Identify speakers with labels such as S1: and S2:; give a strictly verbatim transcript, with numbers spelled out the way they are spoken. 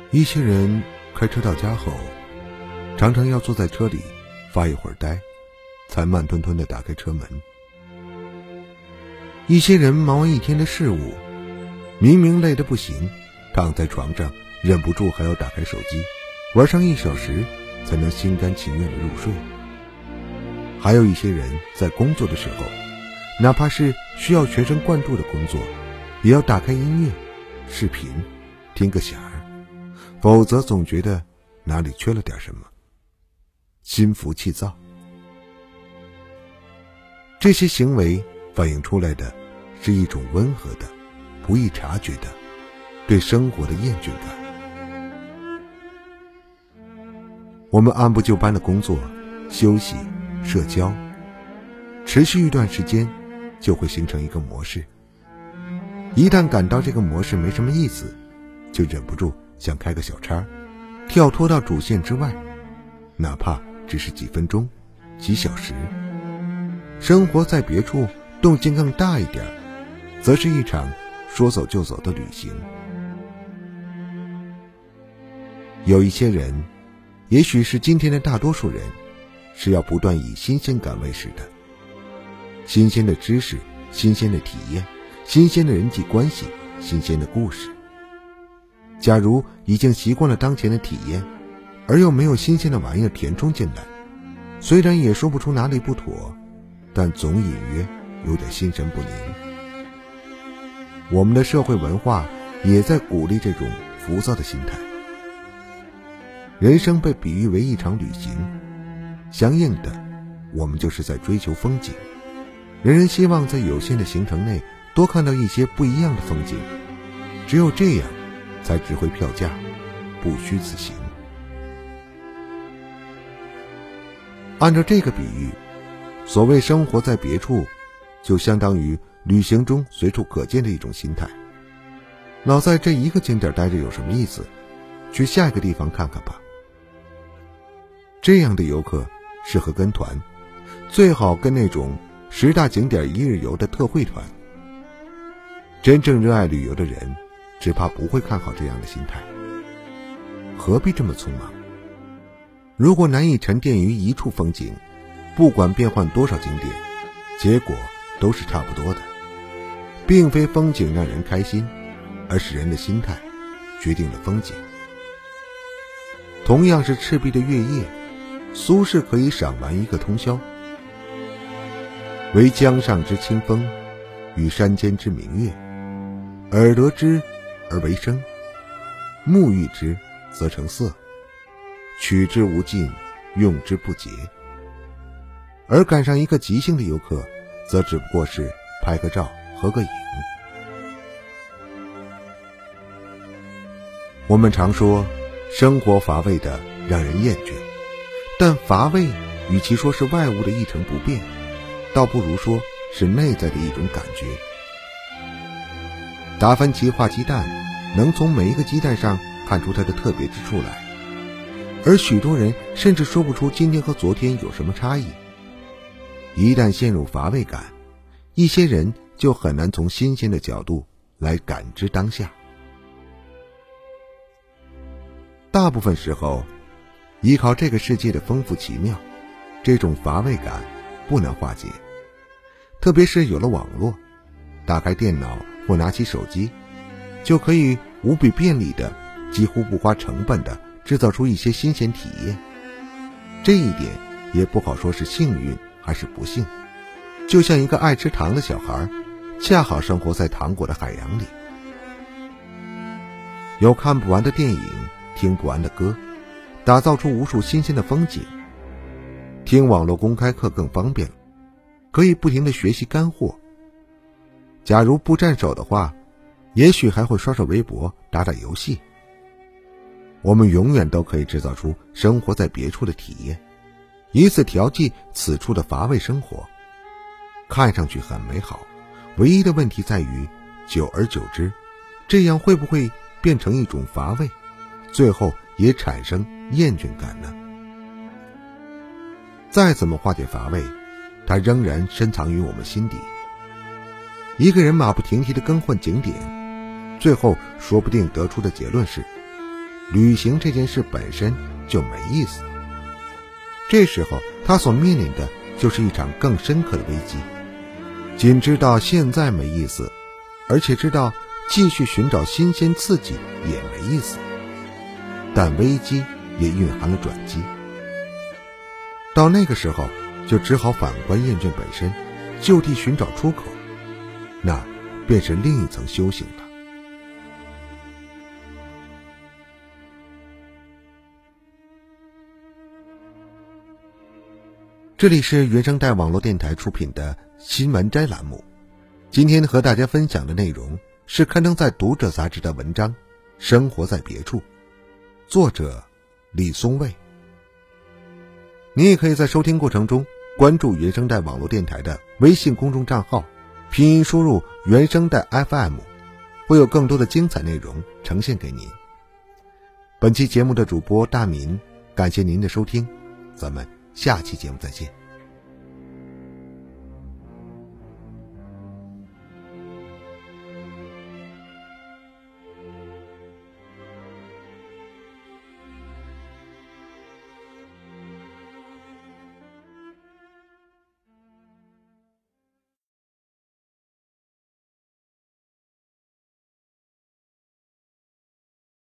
S1: 一些人开车到家后，常常要坐在车里发一会儿呆，才慢吞吞地打开车门。一些人忙完一天的事务，明明累得不行，躺在床上忍不住还要打开手机玩上一小时，才能心甘情愿地入睡。还有一些人在工作的时候，哪怕是需要全神贯注的工作，也要打开音乐、视频，听个响儿，否则总觉得哪里缺了点什么，心浮气躁。这些行为反映出来的是一种温和的、不易察觉的对生活的厌倦感。我们按部就班的工作、休息、社交，持续一段时间就会形成一个模式。一旦感到这个模式没什么意思，就忍不住想开个小差，跳脱到主线之外，哪怕只是几分钟、几小时。生活在别处，动静更大一点，则是一场说走就走的旅行。有一些人，也许是今天的大多数人，是要不断以新鲜感为食的。新鲜的知识，新鲜的体验，新鲜的人际关系，新鲜的故事。假如已经习惯了当前的体验，而又没有新鲜的玩意儿填充进来，虽然也说不出哪里不妥，但总隐约有点心神不宁。我们的社会文化也在鼓励这种浮躁的心态。人生被比喻为一场旅行，相应的，我们就是在追求风景。人人希望在有限的行程内多看到一些不一样的风景，只有这样才值回票价，不虚此行。按照这个比喻，所谓生活在别处，就相当于旅行中随处可见的一种心态。老在这一个景点待着有什么意思？去下一个地方看看吧。这样的游客适合跟团，最好跟那种十大景点一日游的特惠团。真正热爱旅游的人，只怕不会看好这样的心态。何必这么匆忙？如果难以沉淀于一处风景，不管变换多少景点，结果都是差不多的。并非风景让人开心，而是人的心态决定了风景。同样是赤壁的月夜，苏轼可以赏玩一个通宵。惟江上之清风，与山间之明月，耳得之而为声，目遇之则成色，取之无尽，用之不竭。而赶上一个即兴的游客，则只不过是拍个照，合个影。我们常说生活乏味的让人厌倦，但乏味与其说是外物的一成不变，倒不如说是内在的一种感觉。达芬奇画鸡蛋，能从每一个鸡蛋上看出它的特别之处来，而许多人甚至说不出今天和昨天有什么差异。一旦陷入乏味感，一些人就很难从新鲜的角度来感知当下。大部分时候，依靠这个世界的丰富奇妙，这种乏味感不难化解。特别是有了网络，打开电脑或拿起手机，就可以无比便利的，几乎不花成本的制造出一些新鲜体验。这一点也不好说是幸运还是不幸，就像一个爱吃糖的小孩，恰好生活在糖果的海洋里。有看不完的电影，听不完的歌，打造出无数新鲜的风景。听网络公开课更方便了，可以不停地学习干货。假如不沾手的话，也许还会刷刷微博，打打游戏。我们永远都可以制造出生活在别处的体验，以此调剂此处的乏味生活。看上去很美好，唯一的问题在于，久而久之，这样会不会变成一种乏味，最后也产生厌倦感呢？再怎么化解乏味，它仍然深藏于我们心底。一个人马不停蹄地更换景点，最后说不定得出的结论是， 旅行这件事本身就没意思。这时候他所面临的就是一场更深刻的危机，仅知道现在没意思，而且知道继续寻找新鲜刺激也没意思，但危机也蕴含了转机。到那个时候就只好反观厌倦本身，就地寻找出口，那便是另一层修行了。这里是原声带网络电台出品的新闻摘栏目，今天和大家分享的内容是刊登在《读者》杂志的文章《生活在别处》，作者李松蔚。你也可以在收听过程中关注原声带网络电台的微信公众账号，拼音输入原声带 F M， 会有更多的精彩内容呈现给您。本期节目的主播大民，感谢您的收听，咱们下期节目再见。